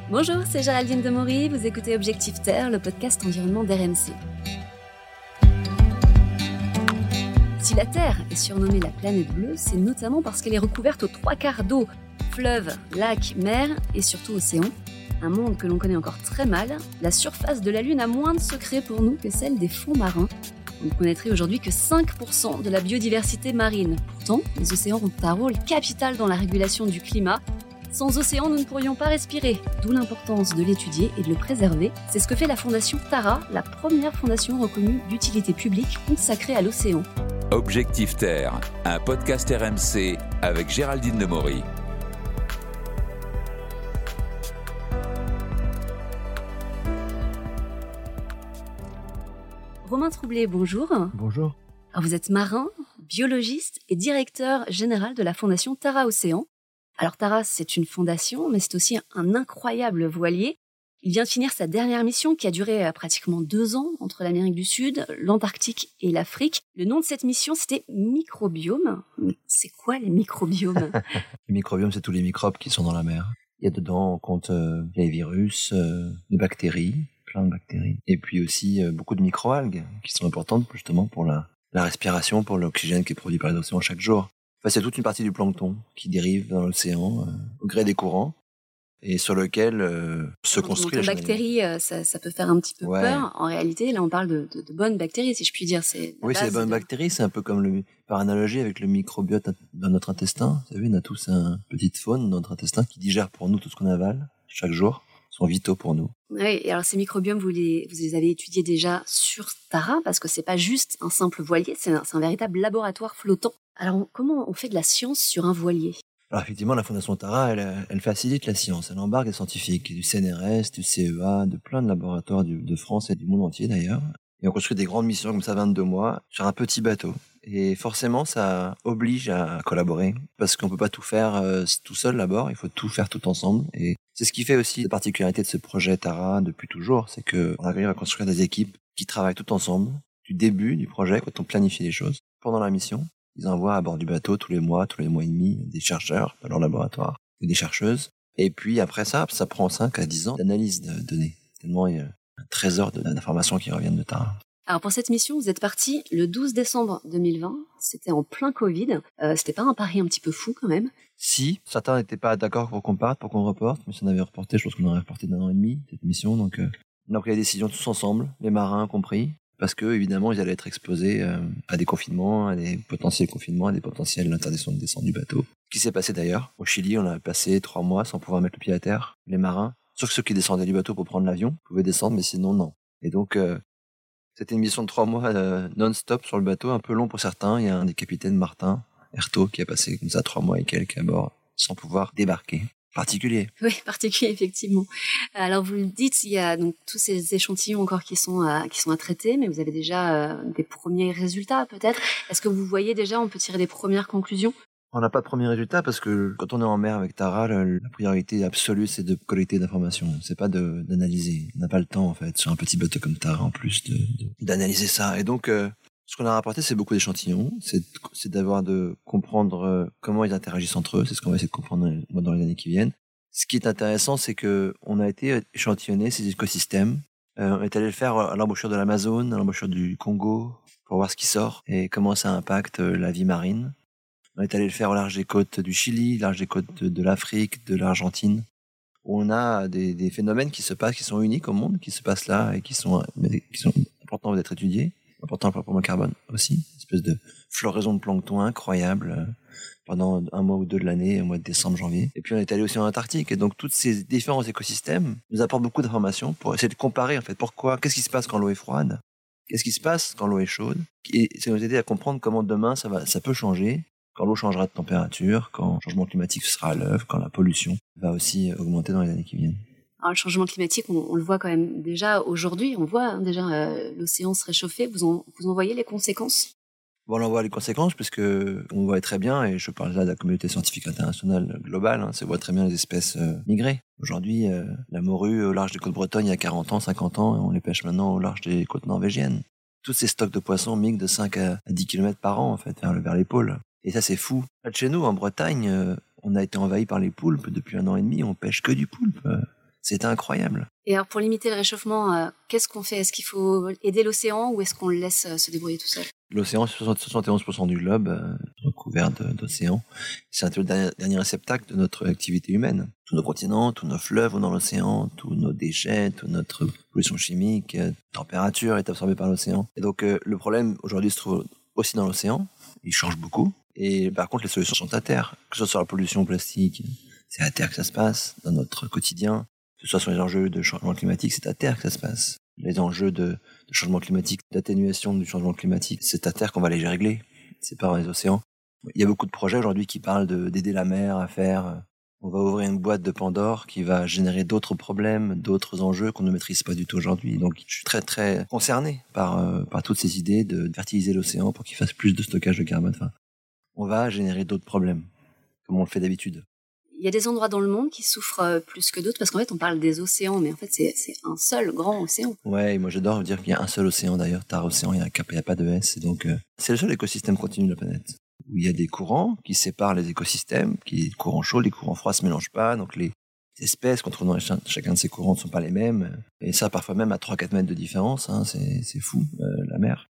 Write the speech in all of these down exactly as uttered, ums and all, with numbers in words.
Bonjour, c'est Géraldine Demory, vous écoutez Objectif Terre, le podcast environnement d'R M C. Si la Terre est surnommée la planète bleue, c'est notamment parce qu'elle est recouverte aux trois quarts d'eau, fleuves, lacs, mers et surtout océans. Un monde que l'on connaît encore très mal, la surface de la Lune a moins de secrets pour nous que celle des fonds marins. On ne connaîtrait aujourd'hui que cinq pour cent de la biodiversité marine. Pourtant, les océans ont un rôle capital dans la régulation du climat. Sans océan, nous ne pourrions pas respirer, d'où l'importance de l'étudier et de le préserver. C'est ce que fait la Fondation Tara, la première fondation reconnue d'utilité publique consacrée à l'océan. Objectif Terre, un podcast R M C avec Géraldine Demory. Romain Troublé, bonjour. Bonjour. Alors vous êtes marin, biologiste et directeur général de la Fondation Tara Océan. Alors Tara, c'est une fondation, mais c'est aussi un incroyable voilier. Il vient de finir sa dernière mission qui a duré pratiquement deux ans entre l'Amérique du Sud, l'Antarctique et l'Afrique. Le nom de cette mission, c'était Microbiome. Mais c'est quoi les microbiomes? Les microbiomes, c'est tous les microbes qui sont dans la mer. Il y a dedans, on compte euh, les virus, euh, les bactéries, plein de bactéries. Et puis aussi euh, beaucoup de microalgues qui sont importantes justement pour la, la respiration, pour l'oxygène qui est produit par les océans chaque jour. Enfin, c'est toute une partie du plancton qui dérive dans l'océan euh, au gré des courants et sur lequel euh, se Quand construit on la entend bactéries, euh, ça, ça peut faire un petit peu ouais. peur. En réalité, là, on parle de, de, de bonnes bactéries, si je puis dire. C'est oui, c'est les bonnes de... bactéries. C'est un peu comme, le, par analogie, avec le microbiote dans notre intestin. Vous savez, on a tous une petite faune dans notre intestin qui digère pour nous tout ce qu'on avale chaque jour. Ils sont vitaux pour nous. Oui, et alors ces microbiomes, vous les, vous les avez étudiés déjà sur Tara, parce que c'est pas juste un simple voilier, c'est un, c'est un véritable laboratoire flottant. Alors on, comment on fait de la science sur un voilier? Alors effectivement, la Fondation Tara, elle, elle facilite la science. Elle embarque des scientifiques, du C N R S, du C E A, de plein de laboratoires du, de France et du monde entier d'ailleurs. Et on construit des grandes missions comme ça, vingt-deux mois, sur un petit bateau. Et forcément, ça oblige à collaborer, parce qu'on peut pas tout faire euh, tout seul à bord, il faut tout faire tout ensemble. Et c'est ce qui fait aussi la particularité de ce projet Tara depuis toujours, c'est qu'on arrive à construire des équipes qui travaillent tout ensemble, du début du projet, quand on planifie les choses, pendant la mission. Ils envoient à bord du bateau tous les mois, tous les mois et demi, des chercheurs dans leur laboratoire, ou des chercheuses. Et puis après ça, ça prend cinq à dix ans d'analyse de données. Tellement il y a un trésor d'informations qui reviennent de Tara. Alors pour cette mission, vous êtes parti le douze décembre deux mille vingt, c'était en plein Covid. Euh, c'était pas un pari un petit peu fou quand même? Si, certains n'étaient pas d'accord pour qu'on parte, pour qu'on reporte, mais si on avait reporté, je pense qu'on aurait reporté d'un an et demi cette mission. Donc euh, on a pris la décision tous ensemble, les marins compris, parce que évidemment ils allaient être exposés euh, à des confinements, à des potentiels confinements, à des potentielles interdictions de descente du bateau. Ce qui s'est passé d'ailleurs au Chili, on a passé trois mois sans pouvoir mettre le pied à terre. Les marins, sauf ceux qui descendaient du bateau pour prendre l'avion, pouvaient descendre, mais sinon non. Et donc euh, c'était une mission de trois mois euh, non-stop sur le bateau, un peu long pour certains. Il y a un des capitaines, Martin Hertaud, qui a passé comme ça trois mois et quelques à bord sans pouvoir débarquer. Particulier. Oui, particulier, effectivement. Alors, vous le dites, il y a donc tous ces échantillons encore qui sont à, qui sont à traiter, mais vous avez déjà euh, des premiers résultats, peut-être. Est-ce que vous voyez déjà, on peut tirer des premières conclusions? On n'a pas de premier résultat parce que quand on est en mer avec Tara, le, la priorité absolue, c'est de collecter d'informations. C'est pas de, d'analyser. On n'a pas le temps, en fait, sur un petit bateau comme Tara, en plus, de, de, d'analyser ça. Et donc, euh, ce qu'on a rapporté, c'est beaucoup d'échantillons. C'est, c'est d'avoir de comprendre euh, comment ils interagissent entre eux. C'est ce qu'on va essayer de comprendre dans les, dans les années qui viennent. Ce qui est intéressant, c'est que on a été échantillonner ces écosystèmes. Euh, on est allé le faire à l'embouchure de l'Amazone, à l'embouchure du Congo, pour voir ce qui sort et comment ça impacte la vie marine. On est allé le faire au large des côtes du Chili, large des côtes de, de l'Afrique, de l'Argentine, où on a des, des phénomènes qui se passent, qui sont uniques au monde, qui se passent là et qui sont, qui sont importants d'être étudiés, importants pour le carbone aussi, une espèce de floraison de plancton incroyable pendant un mois ou deux de l'année, au mois de décembre, janvier. Et puis on est allé aussi en Antarctique, et donc tous ces différents écosystèmes nous apportent beaucoup d'informations pour essayer de comparer en fait pourquoi, qu'est-ce qui se passe quand l'eau est froide, qu'est-ce qui se passe quand l'eau est chaude, et ça nous aider à comprendre comment demain ça va, ça peut changer. Quand l'eau changera de température, quand le changement climatique sera à l'œuvre, quand la pollution va aussi augmenter dans les années qui viennent. Alors, le changement climatique, on, on le voit quand même déjà aujourd'hui. On voit hein, déjà euh, l'océan se réchauffer. Vous en, vous en voyez les conséquences? Bon, on en voit les conséquences puisque on voit très bien, et je parle là de la communauté scientifique internationale globale, hein, ça voit très bien les espèces euh, migrer. Aujourd'hui, euh, la morue au large des côtes bretonnes il y a quarante ans, cinquante ans, et on les pêche maintenant au large des côtes norvégiennes. Tous ces stocks de poissons migrent de cinq à dix kilomètres par an en fait vers, vers les pôles. Et ça, c'est fou. Là, de chez nous, en Bretagne, euh, on a été envahi par les poulpes depuis un an et demi. On pêche que du poulpe. C'était incroyable. Et alors, pour limiter le réchauffement, euh, qu'est-ce qu'on fait? Est-ce qu'il faut aider l'océan ou est-ce qu'on le laisse euh, se débrouiller tout seul? L'océan, c'est soixante et onze pour cent du globe euh, recouvert de, d'océan. C'est le dernier, dernier réceptacle de notre activité humaine. Tous nos continents, tous nos fleuves vont dans l'océan, tous nos déchets, toute notre pollution chimique, euh, température est absorbée par l'océan. Et donc, euh, le problème aujourd'hui se trouve aussi dans l'océan. Il change beaucoup. Et par contre, les solutions sont à terre. Que ce soit sur la pollution plastique, c'est à terre que ça se passe, dans notre quotidien. Que ce soit sur les enjeux de changement climatique, c'est à terre que ça se passe. Les enjeux de, de changement climatique, d'atténuation du changement climatique, c'est à terre qu'on va les régler. C'est pas dans les océans. Il y a beaucoup de projets aujourd'hui qui parlent de, d'aider la mer à faire. On va ouvrir une boîte de Pandore qui va générer d'autres problèmes, d'autres enjeux qu'on ne maîtrise pas du tout aujourd'hui. Donc, je suis très très concerné par euh, par toutes ces idées de fertiliser l'océan pour qu'il fasse plus de stockage de carbone. Enfin, on va générer d'autres problèmes, comme on le fait d'habitude. Il y a des endroits dans le monde qui souffrent plus que d'autres, parce qu'en fait, on parle des océans, mais en fait, c'est, c'est un seul grand océan. Ouais, et moi j'adore dire qu'il y a un seul océan d'ailleurs, Tara Océan, il n'y a, il y a pas de S, et donc euh, c'est le seul écosystème continu de la planète, où il y a des courants qui séparent les écosystèmes, qui les courants chauds, les courants froids se mélangent pas, donc les espèces qu'on trouve dans chacun, chacun de ces courants ne sont pas les mêmes, et ça parfois même à trois à quatre mètres de différence, hein, c'est, c'est fou, euh, la mer.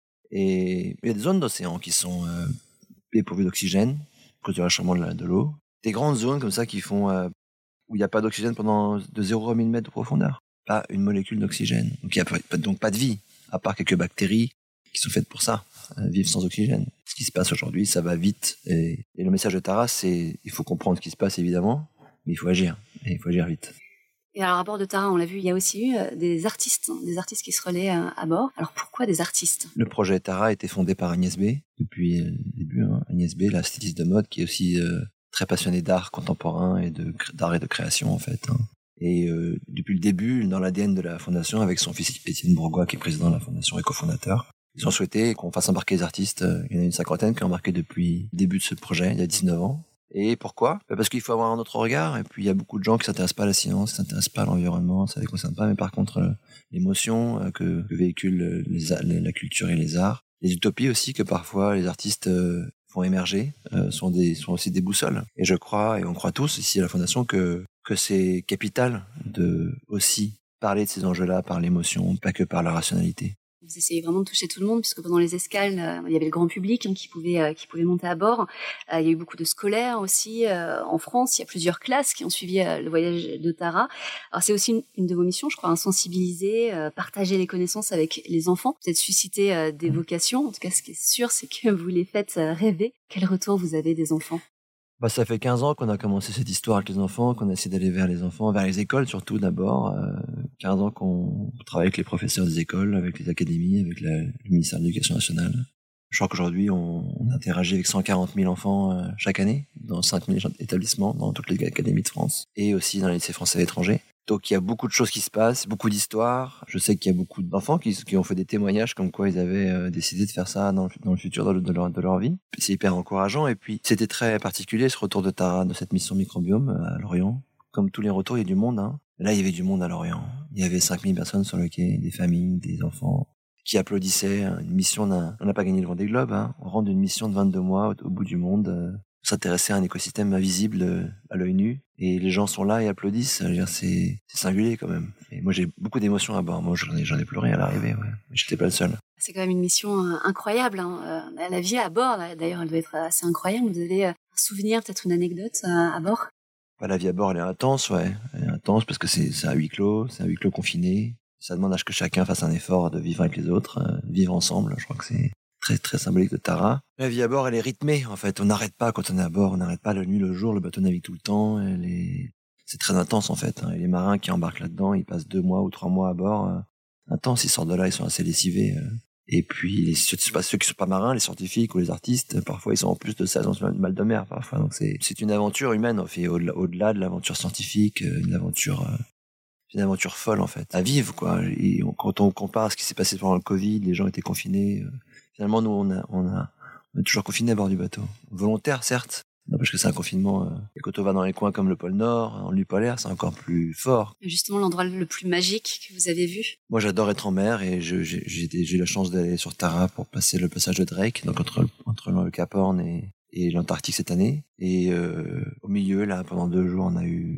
Et il y a des zones d'océan qui sont euh, dépourvues d'oxygène, à cause du réchauffement de, la, de l'eau. Des grandes zones comme ça qui font euh, où il n'y a pas d'oxygène pendant de zéro à mille mètres de profondeur. Pas une molécule d'oxygène. Donc il n'y a pas, donc pas de vie, à part quelques bactéries qui sont faites pour ça, euh, vivre sans oxygène. Ce qui se passe aujourd'hui, ça va vite. Et, et le message de Tara, c'est il faut comprendre ce qui se passe évidemment, mais il faut agir. Et il faut agir vite. Et alors, à bord de Tara, on l'a vu, il y a aussi eu euh, des artistes, hein, des artistes qui se relaient euh, à bord. Alors pourquoi des artistes? Le projet Tara a été fondé par Agnès B. depuis le début. Hein. Agnès B, la styliste de mode, qui est aussi euh, très passionnée d'art contemporain et de, d'art et de création en fait. Hein. Et euh, depuis le début, dans l'A D N de la fondation, avec son fils Étienne Bourgois, qui est président de la fondation et cofondateur, ils ont souhaité qu'on fasse embarquer les artistes. Il y en a une cinquantaine qui ont embarqué depuis le début de ce projet, il y a dix-neuf ans. Et pourquoi? Parce qu'il faut avoir un autre regard, et puis il y a beaucoup de gens qui s'intéressent pas à la science, qui s'intéressent pas à l'environnement, ça les concerne pas, mais par contre euh, l'émotion euh, que, que véhiculent les, les, la culture et les arts, les utopies aussi que parfois les artistes euh, font émerger, euh, sont, des, sont aussi des boussoles. Et je crois, et on croit tous ici à la Fondation, que, que c'est capital de aussi parler de ces enjeux-là par l'émotion, pas que par la rationalité. Vous essayez vraiment de toucher tout le monde, puisque pendant les escales, euh, il y avait le grand public hein, qui pouvait euh, qui pouvait monter à bord. Euh, il y a eu beaucoup de scolaires aussi euh, en France. Il y a plusieurs classes qui ont suivi euh, le voyage de Tara. Alors c'est aussi une, une de vos missions, je crois, hein, sensibiliser, euh, partager les connaissances avec les enfants, peut-être susciter euh, des vocations. En tout cas, ce qui est sûr, c'est que vous les faites euh, rêver. Quel retour vous avez des enfants? Bah, ça fait quinze ans qu'on a commencé cette histoire avec les enfants, qu'on a essayé d'aller vers les enfants, vers les écoles surtout d'abord. Euh, quinze ans qu'on travaille avec les professeurs des écoles, avec les académies, avec la, le ministère de l'Éducation nationale. Je crois qu'aujourd'hui, on, on interagit avec cent quarante mille enfants euh, chaque année, dans cinq mille établissements, dans toutes les académies de France, et aussi dans les lycées français à l'étranger. Donc il y a beaucoup de choses qui se passent, beaucoup d'histoires. Je sais qu'il y a beaucoup d'enfants qui, qui ont fait des témoignages comme quoi ils avaient euh, décidé de faire ça dans le, dans le futur de, de, leur, de leur vie. C'est hyper encourageant. Et puis c'était très particulier ce retour de Tara, de cette mission microbiome à Lorient. Comme tous les retours, il y a du monde. Hein. Là, il y avait du monde à Lorient. Il y avait cinq mille personnes sur le quai, des familles, des enfants qui applaudissaient. Une mission d'un... On n'a pas gagné le Vendée Globe. Hein. On rentre d'une mission de vingt-deux mois au, au bout du monde. Euh, s'intéresser à un écosystème invisible euh, à l'œil nu. Et les gens sont là et applaudissent. Je veux dire, c'est, c'est singulier quand même. Et moi, j'ai beaucoup d'émotions à bord. Moi, j'en ai, j'en ai pleuré à l'arrivée. Ouais. Mais j'étais pas le seul. C'est quand même une mission euh, incroyable. Hein. Euh, la vie à bord, là, d'ailleurs, elle doit être assez incroyable. Vous avez euh, un souvenir, peut-être une anecdote euh, à bord? Bah, la vie à bord, elle est intense, ouais. Elle est intense parce que c'est, c'est un huis clos, c'est un huis clos confiné. Ça demande à ce que chacun fasse un effort de vivre avec les autres, euh, vivre ensemble. Je crois que c'est très très symbolique de Tara. La vie à bord, elle est rythmée, en fait. On n'arrête pas quand on est à bord. On n'arrête pas la nuit, le jour. Le bateau navigue tout le temps. Elle est... C'est très intense, en fait. Et les marins qui embarquent là-dedans, ils passent deux mois ou trois mois à bord. Euh, intense. Ils sortent de là, ils sont assez lessivés. Euh. Et puis, les, ceux, ceux qui sont pas marins, les scientifiques ou les artistes, parfois, ils sont en plus de ça, ils ont mal de mer, parfois. Donc, c'est, c'est une aventure humaine, en fait, au-delà, au-delà de l'aventure scientifique, une aventure, euh, une aventure folle, en fait, à vivre, quoi. Et on, quand on compare à ce qui s'est passé pendant le Covid, les gens étaient confinés. Euh, finalement, nous, on a, on a, on est toujours confinés à bord du bateau. Volontaire, certes. Non, parce que c'est un confinement. Euh, et quand on va dans les coins comme le pôle Nord, en nuit polaire, c'est encore plus fort. Justement, l'endroit le plus magique que vous avez vu? Moi, j'adore être en mer et je, j'ai, j'ai, j'ai eu la chance d'aller sur Tara pour passer le passage de Drake, donc entre, entre le Cap Horn et, et l'Antarctique cette année. Et euh, au milieu, là, pendant deux jours, on a eu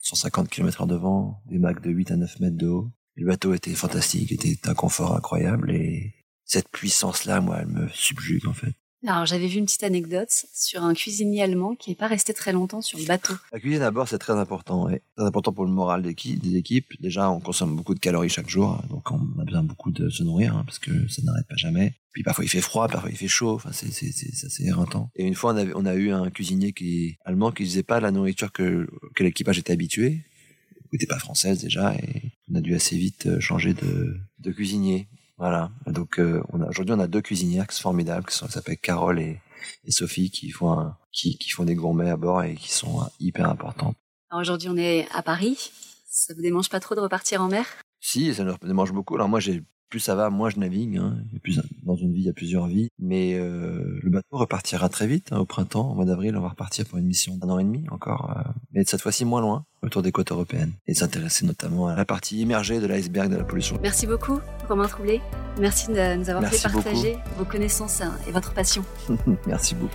cent cinquante kilomètres heure de vent, des Mach de huit à neuf mètres de haut. Le bateau était fantastique, était un confort incroyable et cette puissance-là, moi, elle me subjugue en fait. Alors, j'avais vu une petite anecdote sur un cuisinier allemand qui n'est pas resté très longtemps sur le bateau. La cuisine à bord, c'est très important. Ouais. Très important pour le moral des équipes. Déjà, on consomme beaucoup de calories chaque jour, donc on a besoin beaucoup de se nourrir, hein, parce que ça n'arrête pas jamais. Puis parfois il fait froid, parfois il fait chaud. Enfin, c'est c'est c'est ça, c'est éreintant. Et une fois, on a on a eu un cuisinier qui est allemand qui faisait pas la nourriture que que l'équipage était habitué. Elle n'était pas française déjà, et on a dû assez vite changer de de cuisinier. Voilà. Donc euh, on a aujourd'hui on a deux cuisinières qui sont formidables, qui sont qui s'appellent Carole et, et Sophie, qui font un, qui qui font des gourmets à bord et qui sont hyper importantes. Alors aujourd'hui on est à Paris. Ça vous démange pas trop de repartir en mer? Si, ça nous démange beaucoup. Alors moi j'ai plus ça va, moins je navigue. Hein. Il y a plus, dans une vie, il y a plusieurs vies. Mais euh, le bateau repartira très vite, hein, au printemps, au mois d'avril, on va repartir pour une mission d'un an et demi encore, euh, mais cette fois-ci moins loin, autour des côtes européennes, et s'intéresser notamment à la partie immergée de l'iceberg de la pollution. Merci beaucoup, Romain Troublé. Merci de nous avoir Merci fait partager beaucoup. vos connaissances et votre passion. Merci beaucoup.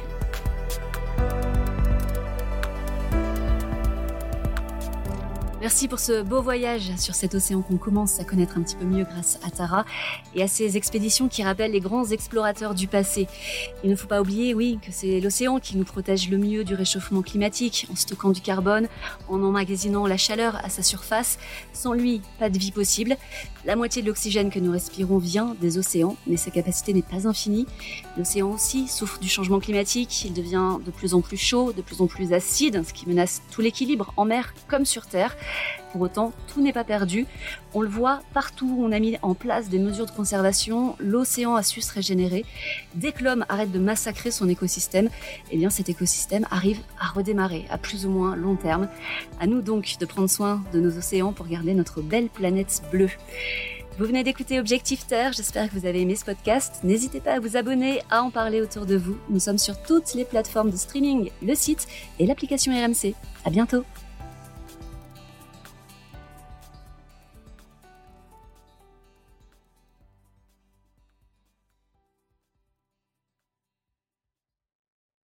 Merci pour ce beau voyage sur cet océan qu'on commence à connaître un petit peu mieux grâce à Tara et à ces expéditions qui rappellent les grands explorateurs du passé. Il ne faut pas oublier, oui, que c'est l'océan qui nous protège le mieux du réchauffement climatique, en stockant du carbone, en emmagasinant la chaleur à sa surface. Sans lui, pas de vie possible. La moitié de l'oxygène que nous respirons vient des océans, mais sa capacité n'est pas infinie. L'océan aussi souffre du changement climatique. Il devient de plus en plus chaud, de plus en plus acide, ce qui menace tout l'équilibre en mer comme sur terre. Pour autant, tout n'est pas perdu. On le voit partout où on a mis en place des mesures de conservation, l'océan a su se régénérer. Dès que l'homme arrête de massacrer son écosystème, eh bien cet écosystème arrive à redémarrer à plus ou moins long terme. À nous donc de prendre soin de nos océans pour garder notre belle planète bleue. Vous venez d'écouter Objectif Terre, j'espère que vous avez aimé ce podcast. N'hésitez pas à vous abonner, à en parler autour de vous. Nous sommes sur toutes les plateformes de streaming, le site et l'application R M C. À bientôt.